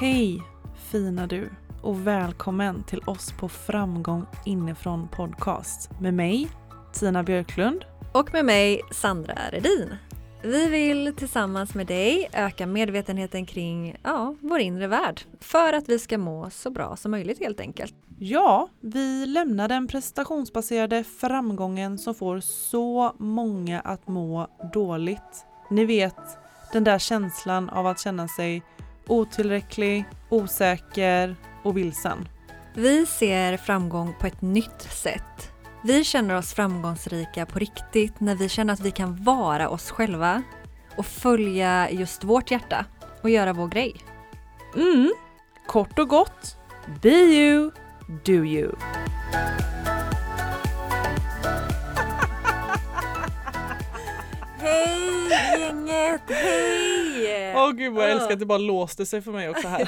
Hej fina du och välkommen till oss på Framgång inifrån podcast med mig Tina Björklund och med mig Sandra Redin. Vi vill tillsammans med dig öka medvetenheten kring vår inre värld för att vi ska må så bra som möjligt helt enkelt. Ja, vi lämnar den prestationsbaserade framgången som får så många att må dåligt. Ni vet, den där känslan av att känna sig otillräcklig, osäker och vilsen. Vi ser framgång på ett nytt sätt. Vi känner oss framgångsrika på riktigt när vi känner att vi kan vara oss själva och följa just vårt hjärta och göra vår grej. Kort och gott, be you, do you. Hej gänget, hej! Åh gud vad jag älskar att det bara låste sig för mig också här.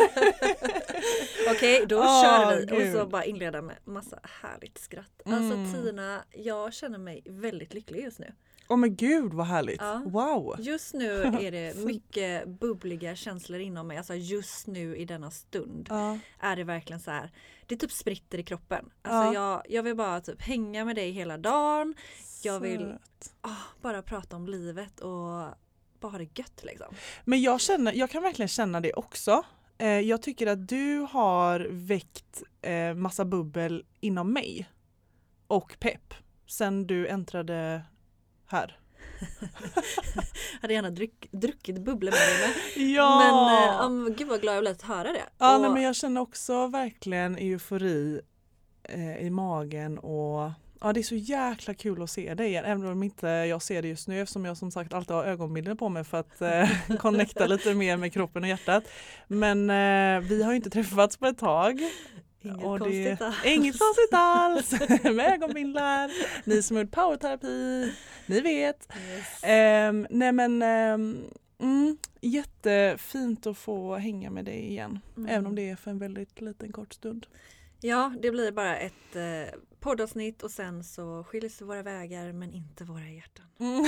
Okej, då kör vi Gud. och så bara inleda med massa härligt skratt. Alltså Tina, jag känner mig väldigt lycklig just nu. Åh men gud vad härligt, Ja. Wow. Just nu är det mycket bubbliga känslor inom mig. Alltså just nu i denna stund är det verkligen så här. Det typ spritter i kroppen. Alltså jag vill bara typ hänga med dig hela dagen. Jag vill bara prata om livet och bara ha det gött liksom. Men jag kan verkligen känna det också. Jag tycker att du har väckt massa bubbel inom mig och pepp sen du äntrade här. Jag hade gärna druckit bubblor med dig med. Ja! Men gud vad glad jag blev att höra det. Ja, nej, men jag känner också verkligen eufori i magen och ja, det är så jäkla kul att se dig igen, även om inte jag ser det just nu eftersom jag som sagt alltid har ögonbilder på mig för att connecta lite mer med kroppen och hjärtat. Men vi har ju inte träffats på ett tag. Inget konstigt alls. Med ögonbindlar. Ni som har gjort powerterapi, ni vet. Yes. Jättefint att få hänga med dig igen. Även om det är för en väldigt liten kort stund. Ja, det blir bara ett poddavsnitt och sen så skiljs våra vägar men inte våra hjärtan.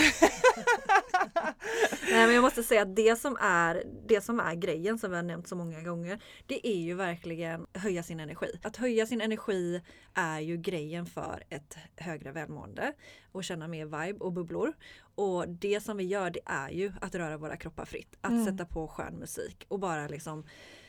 Nej, men jag måste säga att det som är grejen som vi har nämnt så många gånger, det är ju verkligen höja sin energi. Att höja sin energi är ju grejen för ett högre välmående och känna mer vibe och bubblor. Och det som vi gör, det är ju att röra våra kroppar fritt. Att sätta på skön musik och bara liksom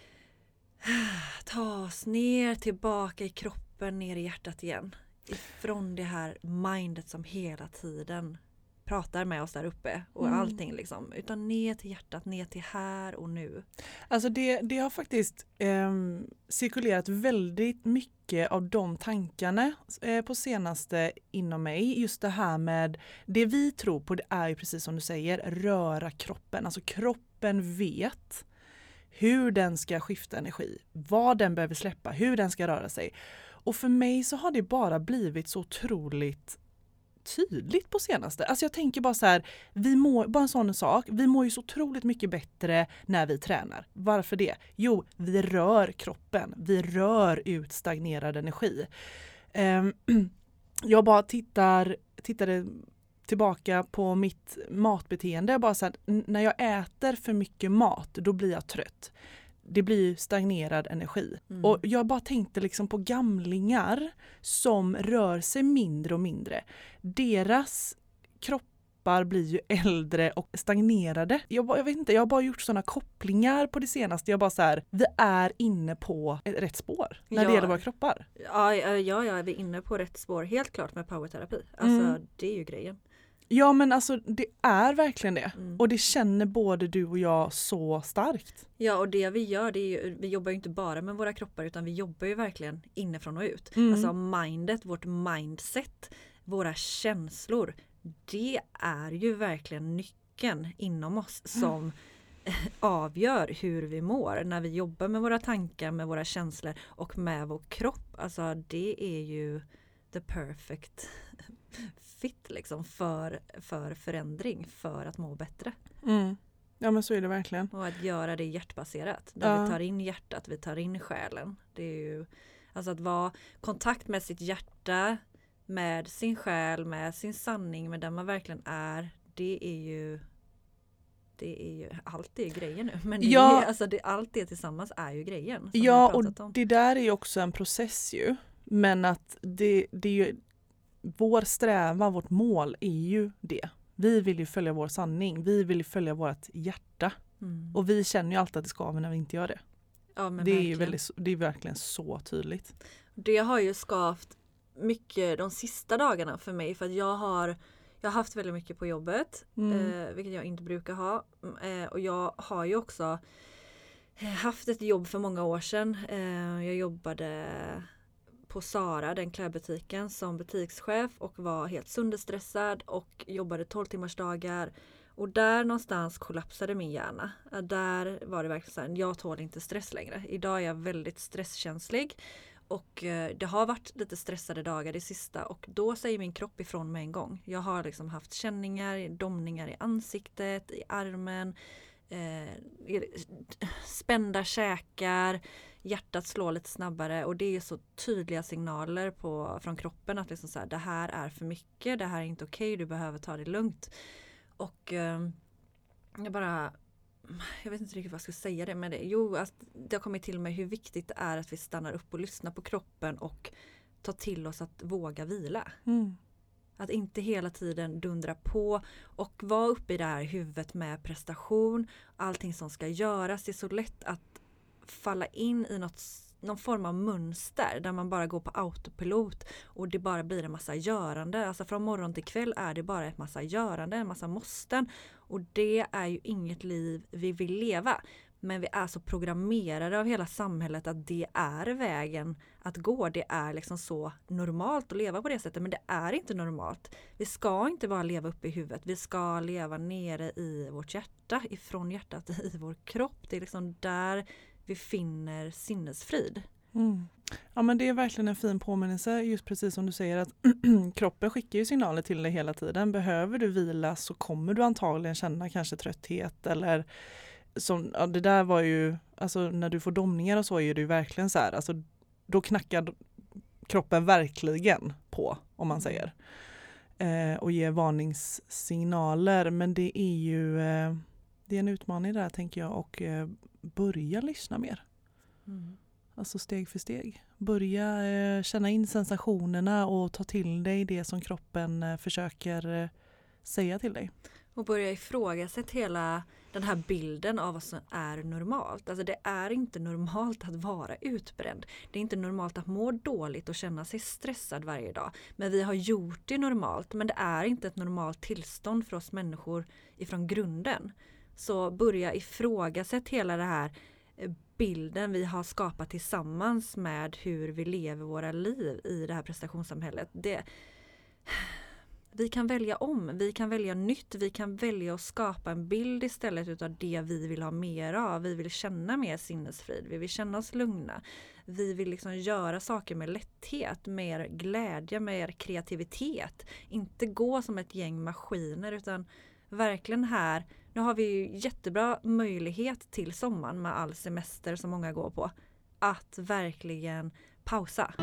ta oss ner, tillbaka i kroppen, ner i hjärtat igen. Ifrån det här mindet som hela tiden pratar med oss där uppe och allting liksom. Utan ner till hjärtat, ner till här och nu. Alltså det har faktiskt cirkulerat väldigt mycket av de tankarna på senaste inom mig. Just det här med det vi tror på, det är ju precis som du säger, röra kroppen. Alltså kroppen vet hur den ska skifta energi, vad den behöver släppa, hur den ska röra sig. Och för mig så har det bara blivit så otroligt tydligt på senaste. Alltså jag tänker bara så här, bara en sån sak, vi mår ju så otroligt mycket bättre när vi tränar. Varför det? Jo, vi rör kroppen, vi rör ut stagnerad energi. Jag bara tittade tillbaka på mitt matbeteende. Bara så här, när jag äter för mycket mat, då blir jag trött. Det blir stagnerad energi. Och jag bara tänkte liksom på gamlingar som rör sig mindre och mindre. Deras kroppar blir ju äldre och stagnerade. Jag vet inte, jag har bara gjort sådana kopplingar på det senaste. Jag bara så här, vi är inne på ett rätt spår när det gäller våra kroppar. Ja, vi är inne på rätt spår. Helt klart med powerterapi. Alltså det är ju grejen. Ja, men alltså det är verkligen det. Och det känner både du och jag så starkt. Ja, och det vi gör, det är ju, vi jobbar ju inte bara med våra kroppar utan vi jobbar ju verkligen inifrån och ut. Alltså mindet, vårt mindset, våra känslor, det är ju verkligen nyckeln inom oss som avgör hur vi mår. När vi jobbar med våra tankar, med våra känslor och med vår kropp. Alltså det är ju the perfect fit liksom för förändring, för att må bättre. Ja, men så är det verkligen. Och att göra det hjärtbaserat. Där vi tar in hjärtat, vi tar in själen. Det är ju alltså att vara i kontakt med sitt hjärta, med sin själ, med sin sanning, med den man verkligen är. Det är ju det är ju, allt är grejen nu. Men det är, alltså allt det tillsammans är ju grejen. Ja, och det där är ju också en process ju. Men att det är ju, vår strävan, vårt mål är ju det. Vi vill ju följa vår sanning. Vi vill ju följa vårt hjärta. Och vi känner ju alltid att det skaver när vi inte gör det. Ja, men det är ju det är verkligen så tydligt. Det har ju skavt mycket de sista dagarna för mig. För att jag har haft väldigt mycket på jobbet. Vilket jag inte brukar ha. Och jag har ju också haft ett jobb för många år sedan. Jag jobbade på Sara, den klädbutiken, som butikschef och var helt sönderstressad och jobbade 12 timmars dagar. Och där någonstans kollapsade min hjärna. Där var det verkligen så här, jag tål inte stress längre. Idag är jag väldigt stresskänslig. Och det har varit lite stressade dagar det sista. Och då säger min kropp ifrån med en gång. Jag har liksom haft känningar, domningar i ansiktet, i armen. Spända käkar. Hjärtat slår lite snabbare. Och det är så tydliga signaler från kroppen. Att liksom så här, det här är för mycket. Det här är inte okej. Du behöver ta det lugnt. Och jag vet inte riktigt vad jag ska säga det med det. Jo, att det har kommit till mig hur viktigt det är att vi stannar upp och lyssnar på kroppen och tar till oss att våga vila. Att inte hela tiden dundra på och vara uppe i det här huvudet med prestation, allting som ska göras. Det är så lätt att falla in i någon form av mönster där man bara går på autopilot och det bara blir en massa görande. Alltså från morgon till kväll är det bara ett massa görande, en massa måsten. Och det är ju inget liv vi vill leva. Men vi är så programmerade av hela samhället att det är vägen att gå. Det är liksom så normalt att leva på det sättet. Men det är inte normalt. Vi ska inte bara leva uppe i huvudet. Vi ska leva nere i vårt hjärta. Ifrån hjärtat i vår kropp. Det är liksom där vi finner sinnesfrid. Ja, men det är verkligen en fin påminnelse, just precis som du säger, att kroppen skickar ju signaler till dig hela tiden. Behöver du vila så kommer du antagligen känna kanske trötthet eller det där var ju, alltså när du får domningar och så är det ju verkligen så här, alltså då knackar kroppen verkligen på, om man säger, och ger varningssignaler. Men det är ju det är en utmaning där, tänker jag, och börja lyssna mer. Alltså steg för steg. Börja känna in sensationerna och ta till dig det som kroppen försöker säga till dig. Och börja ifrågasätta hela den här bilden av vad som är normalt. Alltså det är inte normalt att vara utbränd. Det är inte normalt att må dåligt och känna sig stressad varje dag. Men vi har gjort det normalt. Men det är inte ett normalt tillstånd för oss människor ifrån grunden. Så börja ifrågasätta hela det här bilden vi har skapat tillsammans med hur vi lever våra liv i det här prestationssamhället. Vi kan välja om, vi kan välja nytt, vi kan välja att skapa en bild istället utav det vi vill ha mer av. Vi vill känna mer sinnesfrid, vi vill känna oss lugna. Vi vill liksom göra saker med lätthet, mer glädje, mer kreativitet. Inte gå som ett gäng maskiner utan verkligen här. Nu har vi ju jättebra möjlighet till sommaren med all semester som många går på. Att verkligen pausa.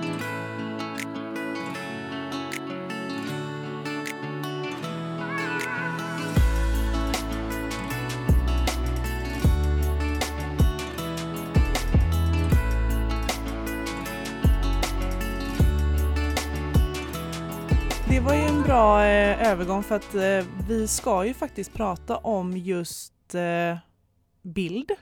Det var ju en bra övergång för att vi ska ju faktiskt prata om just bild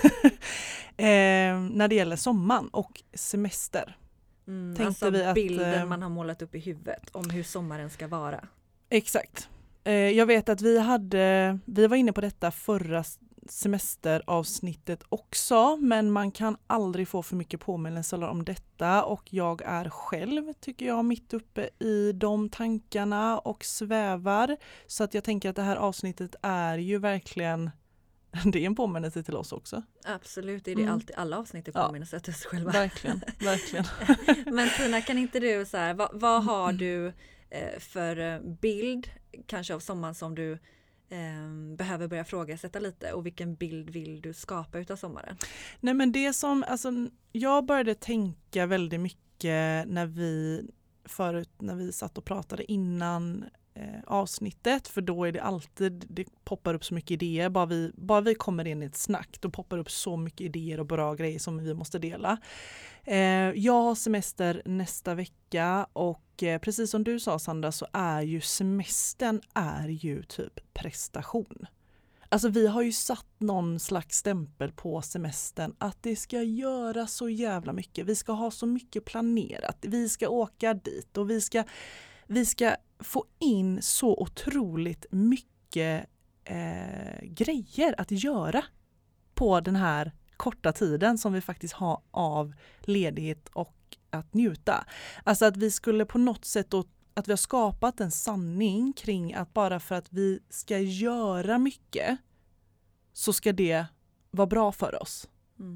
när det gäller sommaren och semester. Alltså vi att, bilden man har målat upp i huvudet om hur sommaren ska vara. Exakt. Jag vet att vi var inne på detta förra semesteravsnittet också, men man kan aldrig få för mycket påminnelser om detta och jag är själv, tycker jag, mitt uppe i de tankarna och svävar. Så att jag tänker att det här avsnittet är ju verkligen, det är en påminnelse till oss också. Absolut, det är det alltid, alla avsnitt är påminnelse till oss själva. Verkligen, verkligen. Men Tina, kan inte du så här, vad har du för bild kanske av sommaren som du behöver börja frågasätta lite, och vilken bild vill du skapa utav sommaren? Nej, men det som, alltså, jag började tänka väldigt mycket när vi satt och pratade innan avsnittet, för då är det alltid, det poppar upp så mycket idéer. Bara vi kommer in i ett snack, då poppar upp så mycket idéer och bra grejer som vi måste dela. Jag har semester nästa vecka och precis som du sa Sandra, så är ju semestern är ju typ prestation. Alltså vi har ju satt någon slags stämpel på semestern att det ska göra så jävla mycket. Vi ska ha så mycket planerat. Vi ska åka dit och vi ska få in så otroligt mycket grejer att göra på den här korta tiden som vi faktiskt har av ledighet och att njuta. Alltså att vi skulle på något sätt att vi har skapat en sanning kring att bara för att vi ska göra mycket så ska det vara bra för oss.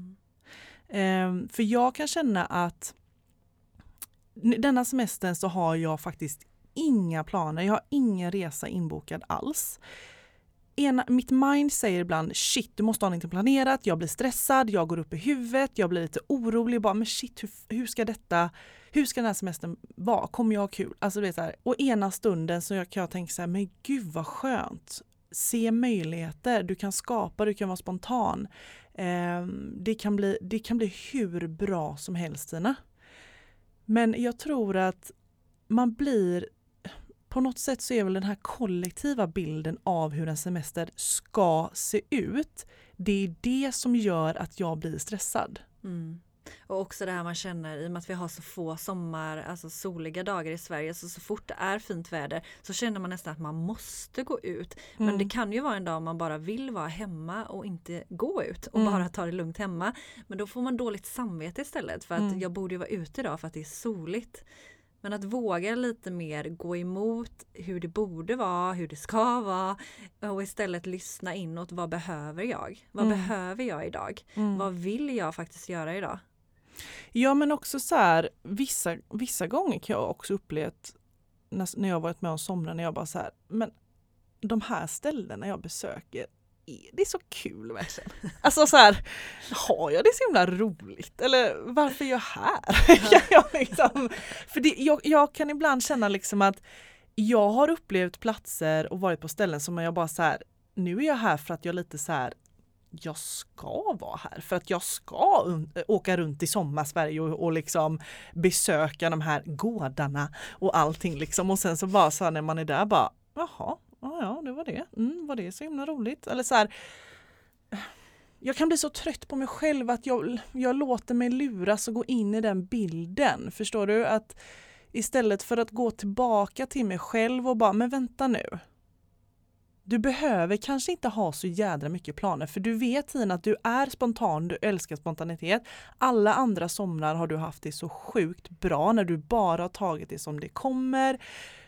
För jag kan känna att denna semestern så har jag faktiskt inga planer. Jag har ingen resa inbokad alls. Mitt mind säger ibland, shit, du måste ha något planerat. Jag blir stressad, jag går upp i huvudet, jag blir lite orolig. Bara, men shit, hur ska den här semestern vara? Kommer jag ha kul? Alltså det är så här. Och ena stunden så kan jag tänka så här, men gud vad skönt. Se möjligheter, du kan skapa, du kan vara spontan. Det kan bli hur bra som helst, Tina. Men jag tror att man blir, på något sätt så är väl den här kollektiva bilden av hur en semester ska se ut, det är det som gör att jag blir stressad. Och också det här man känner, i och med att vi har så få alltså soliga dagar i Sverige, så fort det är fint väder så känner man nästan att man måste gå ut. Men det kan ju vara en dag man bara vill vara hemma och inte gå ut och bara ta det lugnt hemma. Men då får man dåligt samvete istället, för att jag borde ju vara ute idag för att det är soligt. Men att våga lite mer gå emot hur det borde vara, hur det ska vara, och istället lyssna inåt. Vad behöver jag? Vad behöver jag idag? Vad vill jag faktiskt göra idag? Ja, men också så här, vissa gånger kan jag också upplevt när jag varit med om somrar, när jag bara så här, men de här ställena jag besöker, det är så kul verkligen. Alltså så här, har jag det så himla roligt? Eller varför är jag här? För jag kan ibland känna liksom att jag har upplevt platser och varit på ställen som jag bara så här, nu är jag här för att jag lite så här, jag ska vara här för att jag ska åka runt i sommarsverige och liksom besöka de här gårdarna och allting liksom. Och sen så bara så här, när man är där bara, jaha, ja det var det. Var det så himla roligt? Eller så här, jag kan bli så trött på mig själv att jag låter mig luras och gå in i den bilden. Förstår du? Att istället för att gå tillbaka till mig själv och bara, men vänta nu. Du behöver kanske inte ha så jädra mycket planer, för du vet, Tina, att du är spontan, du älskar spontanitet. Alla andra somrar har du haft det så sjukt bra när du bara har tagit det som det kommer.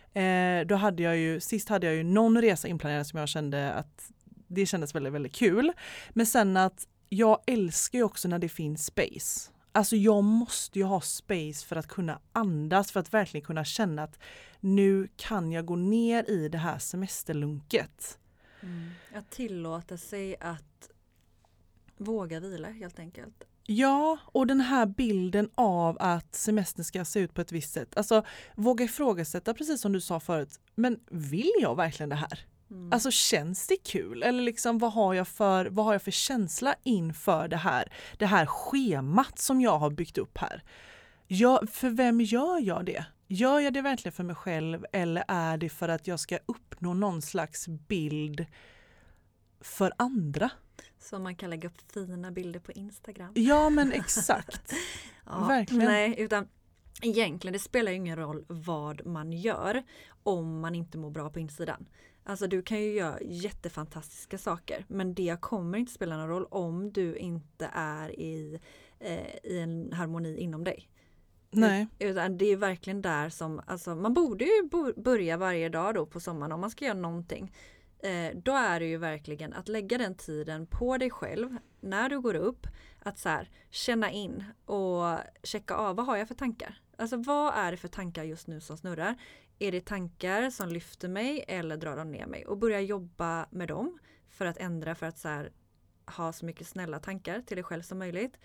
Sist hade jag ju någon resa inplanerad som jag kände att det kändes väldigt, väldigt kul. Men sen att jag älskar ju också när det finns space. Alltså jag måste ju ha space för att kunna andas, för att verkligen kunna känna att nu kan jag gå ner i det här semesterlunket. Att tillåta sig att våga vila helt enkelt. Ja, och den här bilden av att semestern ska se ut på ett visst sätt. Alltså våga ifrågasätta, precis som du sa förut. Men vill jag verkligen det här? Alltså känns det kul? Eller liksom vad har jag för känsla inför det här schemat som jag har byggt upp här? För vem gör jag det? Gör jag det verkligen för mig själv, eller är det för att jag ska uppnå någon slags bild för andra? Så man kan lägga upp fina bilder på Instagram. Ja, men exakt. Ja, verkligen. Nej, utan egentligen det spelar ju ingen roll vad man gör om man inte mår bra på insidan. Alltså du kan ju göra jättefantastiska saker, men det kommer inte spela någon roll om du inte är i en harmoni inom dig. Nej. Utan det är verkligen där som, alltså man borde ju börja varje dag då på sommaren om man ska göra någonting. Då är det ju verkligen att lägga den tiden på dig själv när du går upp, att så här, känna in och checka av, vad har jag för tankar? Alltså vad är det för tankar just nu som snurrar? Är det tankar som lyfter mig eller drar de ner mig? Och börja jobba med dem för att ändra, för att så här, ha så mycket snälla tankar till dig själv som möjligt.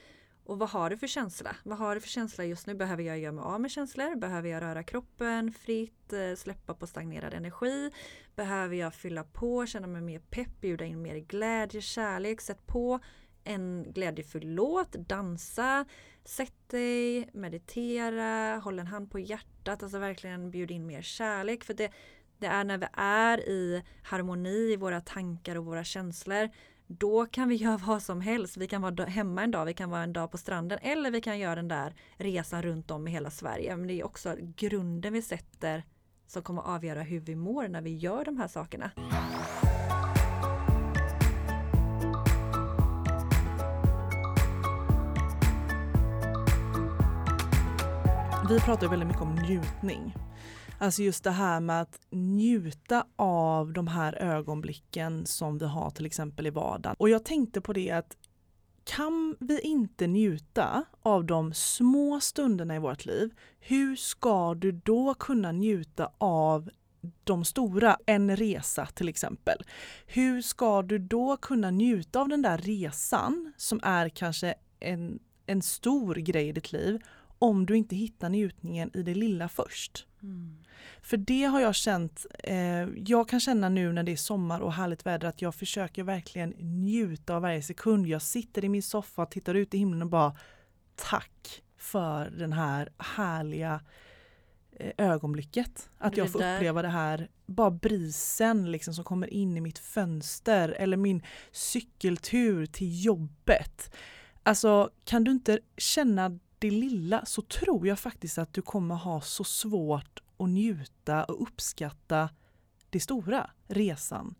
Och vad har du för känsla? Vad har du för känsla just nu? Behöver jag göra mig av med känslor? Behöver jag röra kroppen fritt? Släppa på stagnerad energi? Behöver jag fylla på? Känna mig mer pepp? Bjuda in mer glädje, kärlek? Sätt på en glädjefull låt, dansa, sätt dig, meditera, håll en hand på hjärtat, alltså verkligen bjuda in mer kärlek. För det är när vi är i harmoni i våra tankar och våra känslor, då kan vi göra vad som helst. Vi kan vara hemma en dag, vi kan vara en dag på stranden, eller vi kan göra den där resan runt om i hela Sverige. Men det är också grunden vi sätter som kommer att avgöra hur vi mår när vi gör de här sakerna. Vi pratar väldigt mycket om njutning. Alltså just det här med att njuta av de här ögonblicken som vi har till exempel i vardagen. Och jag tänkte på det att kan vi inte njuta av de små stunderna i vårt liv, hur ska du då kunna njuta av de stora, en resa till exempel? Hur ska du då kunna njuta av den där resan som är kanske en stor grej i ditt liv om du inte hittar njutningen i det lilla först? För det har jag känt, jag kan känna nu när det är sommar och härligt väder att jag försöker verkligen njuta av varje sekund. Jag sitter i min soffa, tittar ut i himlen och bara tack för den här härliga ögonblicket. Att jag får uppleva det här, bara brisen liksom som kommer in i mitt fönster eller min cykeltur till jobbet. Alltså kan du inte känna det lilla så tror jag faktiskt att du kommer ha så svårt att njuta och uppskatta det stora, resan,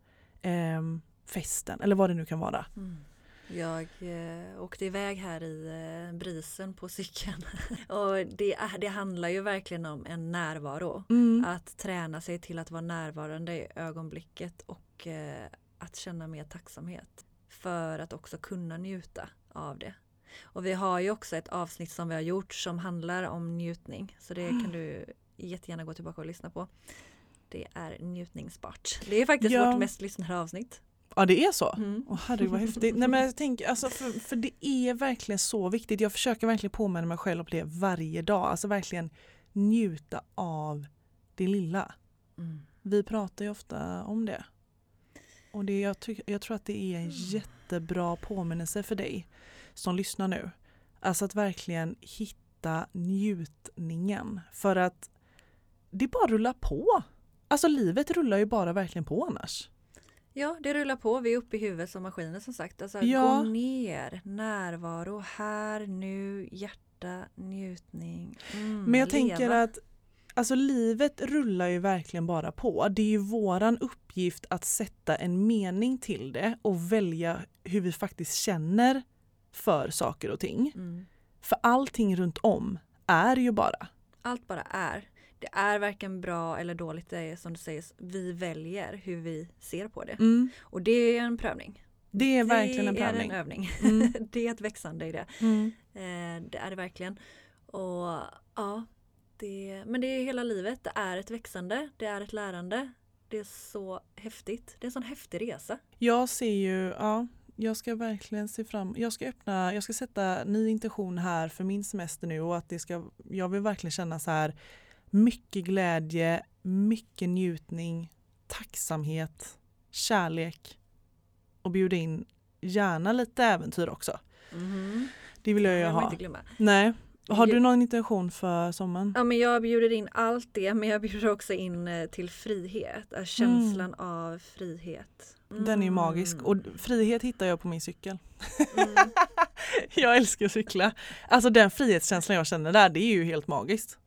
festen eller vad det nu kan vara. Jag åkte iväg här i brisen på cykeln och det handlar ju verkligen om en närvaro. Att träna sig till att vara närvarande i ögonblicket och att känna mer tacksamhet för att också kunna njuta av det. Och vi har ju också ett avsnitt som vi har gjort som handlar om njutning. Så det kan du jättegärna gå tillbaka och lyssna på. Det är njutningsbart. Det är faktiskt vårt mest lyssnade avsnitt. Ja, det är så? Herregud vad häftigt. Nej, men jag tänker, alltså, för det är verkligen så viktigt. Jag försöker verkligen påminna mig själv om det varje dag. Alltså verkligen njuta av det lilla. Vi pratar ju ofta om det. Och jag tror att det är en jättebra påminnelse för dig som lyssnar nu. Alltså att verkligen hitta njutningen. För att det bara rullar på. Alltså livet rullar ju bara verkligen på annars. Ja, det rullar på. Vi är uppe i huvudet som maskiner som sagt. Alltså gå ner, närvaro, här, nu, hjärta, njutning. Men jag tänker att alltså livet rullar ju verkligen bara på. Det är ju våran uppgift att sätta en mening till det och välja hur vi faktiskt känner för saker och ting. För allting runt om är ju bara. Allt bara är. Det är varken bra eller dåligt. Det är som du säger, vi väljer hur vi ser på det. Och det är en prövning. Det är verkligen en prövning. Det är en övning. Det är ett växande i det. Det är det verkligen. Och ja, men det är hela livet. Det är ett växande. Det är ett lärande. Det är så häftigt. Det är en sån häftig resa. Jag ser ju, jag ska verkligen se fram. Jag ska sätta ny intention här för min semester nu och att jag vill verkligen känna så här mycket glädje, mycket njutning, tacksamhet, kärlek och bjuda in gärna lite äventyr också. Det vill jag ju ha. Inte glömma. Nej. Har du någon intention för sommaren? Ja, men jag bjuder in allt det, men jag bjuder också in till frihet. Känslan av frihet. Den är ju magisk. Och frihet hittar jag på min cykel. Jag älskar att cykla. Alltså den frihetskänslan jag känner där, det är ju helt magiskt.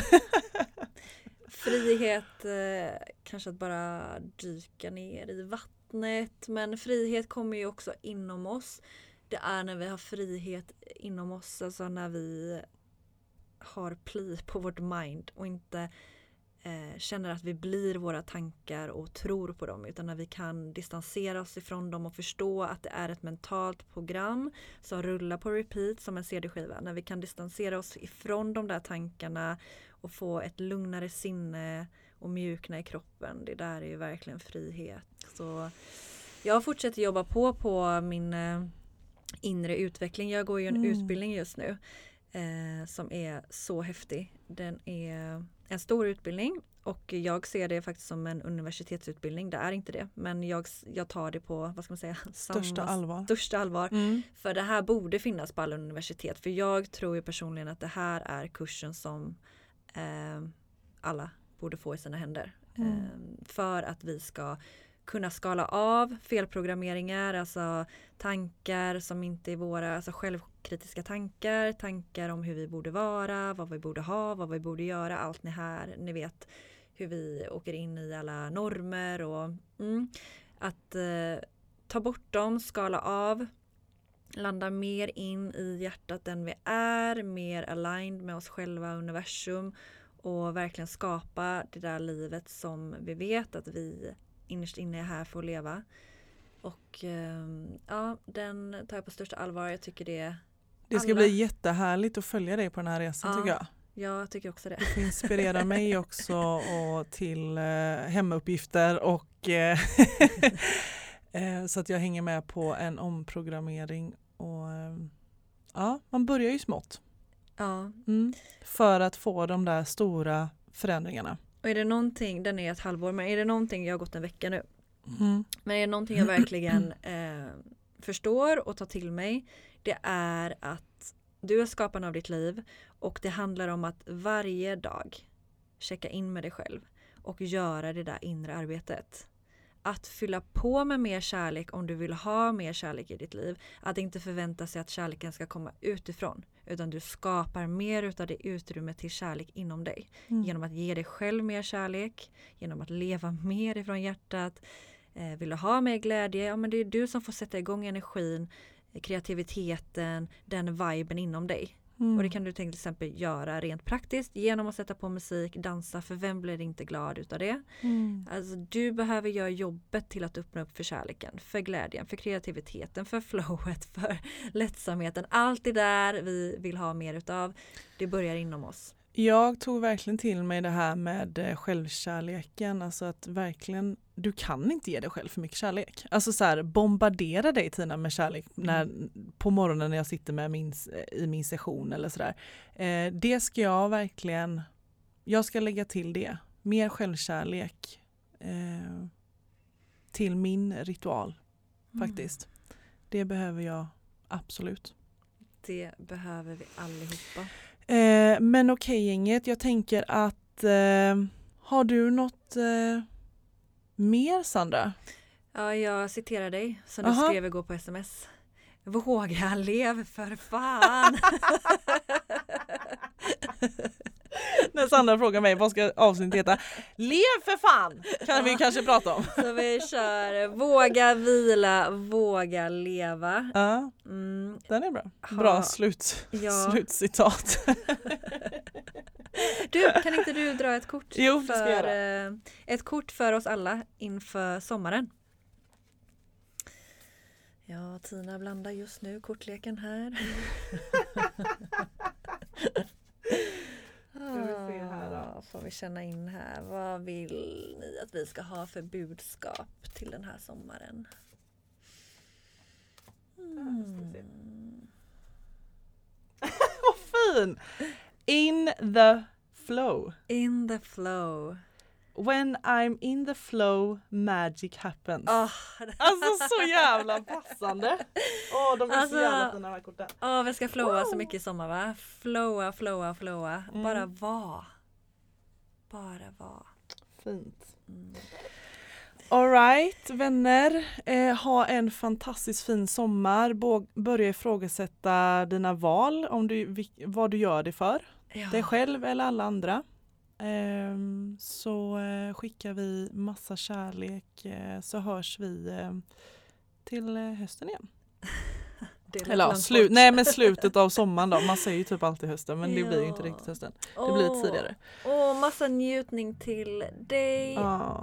Frihet, kanske att bara dyka ner i vattnet. Men frihet kommer ju också inom oss. Det är när vi har frihet inom oss, alltså när vi har pli på vårt mind och inte känner att vi blir våra tankar och tror på dem, utan när vi kan distansera oss ifrån dem och förstå att det är ett mentalt program som rullar på repeat som en CD-skiva. När vi kan distansera oss ifrån de där tankarna och få ett lugnare sinne och mjukna i kroppen, det där är ju verkligen frihet. Så jag fortsätter jobba på min inre utveckling. Jag går ju en utbildning just nu som är så häftig. Den är en stor utbildning och jag ser det faktiskt som en universitetsutbildning. Det är inte det, men jag tar det på, vad ska man säga, största allvar. För det här borde finnas på alla universitet. För jag tror ju personligen att det här är kursen som alla borde få i sina händer. För att vi ska kunna skala av felprogrammeringar, alltså tankar som inte är våra, alltså självkritiska tankar om hur vi borde vara, vad vi borde ha, vad vi borde göra, allt ni vet hur vi åker in i alla normer och att ta bort dem, skala av, landa mer in i hjärtat den vi är, mer aligned med oss själva, universum och verkligen skapa det där livet som vi vet att vi innerst inne är här för att leva. Och den tar jag på största allvar. Jag tycker det ska bli jättehärligt att följa dig på den här resan tycker jag. Jag tycker också det. Det inspirerar mig också och till hemuppgifter och så att jag hänger med på en omprogrammering och man börjar ju smått. Ja. För att få de där stora förändringarna. Och är det någonting, den är ett halvår, men är det någonting, jag har gått en vecka nu. Men är det någonting jag verkligen förstår och tar till mig, det är att du är skaparen av ditt liv och det handlar om att varje dag checka in med dig själv och göra det där inre arbetet. Att fylla på med mer kärlek om du vill ha mer kärlek i ditt liv. Att inte förvänta sig att kärleken ska komma utifrån. Utan du skapar mer utav det utrymme till kärlek inom dig. Genom att ge dig själv mer kärlek. Genom att leva mer ifrån hjärtat. Vill du ha mer glädje? Ja, men det är du som får sätta igång energin. Kreativiteten. Den viben inom dig. Och det kan du till exempel göra rent praktiskt genom att sätta på musik, dansa, för vem blir inte glad utav det? Alltså du behöver göra jobbet till att öppna upp för kärleken, för glädjen, för kreativiteten, för flowet, för lättsamheten. Allt det där vi vill ha mer utav, det börjar inom oss. Jag tog verkligen till mig det här med självkärleken, alltså att verkligen, du kan inte ge dig själv för mycket kärlek. Alltså så här, bombardera dig Tina med kärlek på morgonen när jag sitter med i min session eller sådär. Det ska jag verkligen, jag ska lägga till det. Mer självkärlek till min ritual faktiskt. Det behöver jag absolut. Det behöver vi allihopa. Men okej gänget, jag tänker att har du något mer Sandra? Ja, jag citerar dig som du skrev igår på sms. Våga lev för fan! När Sandra frågar mig vad ska avsnittet heta? Lev för fan! Kan vi kanske prata om. Så vi kör våga vila, våga leva. Ja, den är bra. Bra slutcitat. Du, kan inte du dra ett kort? Jo, ett kort för oss alla inför sommaren. Ja, Tina blandar just nu kortleken här. Får vi känna in här. Vad vill ni att vi ska ha för budskap till den här sommaren? Vad fin! In the flow. In the flow. When I'm in the flow, magic happens. Alltså så jävla passande. De är så jävla fina de här korten. Vi ska flowa så mycket i sommar, va? Flowa. Bara var. Fint. All right, vänner. Ha en fantastiskt fin sommar. Börja ifrågasätta dina val. Vad du gör det för. Ja. Dig själv eller alla andra. Så skickar vi massa kärlek. Så hörs vi till hösten igen. Men slutet av sommaren då. Man säger ju typ alltid hösten, men det blir ju inte riktigt hösten. Det blir tidigare. Massa njutning till dig.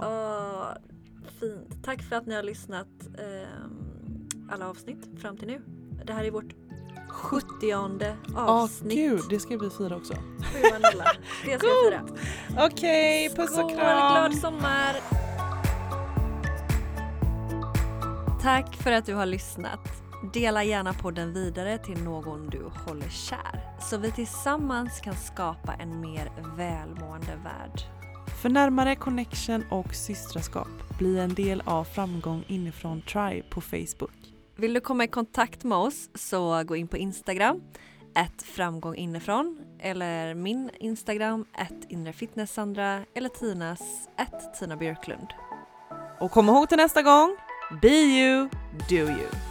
Fint. Tack för att ni har lyssnat alla avsnitt fram till nu. Det här är vårt 70:e avsnitt. Gud, det ska vi fira också. 7:0. Det ska vi fira. Okej, puss och kram. Glad sommar. Tack för att du har lyssnat. Dela gärna podden vidare till någon du håller kär, så vi tillsammans kan skapa en mer välmående värld. För närmare connection och systraskap, bli en del av Framgång inifrån Tribe på Facebook. Vill du komma i kontakt med oss så gå in på Instagram @framgånginifrån eller min Instagram @inrefitnesssandra eller Tinas @Tina Björklund. Och kom ihåg till nästa gång, be you, do you.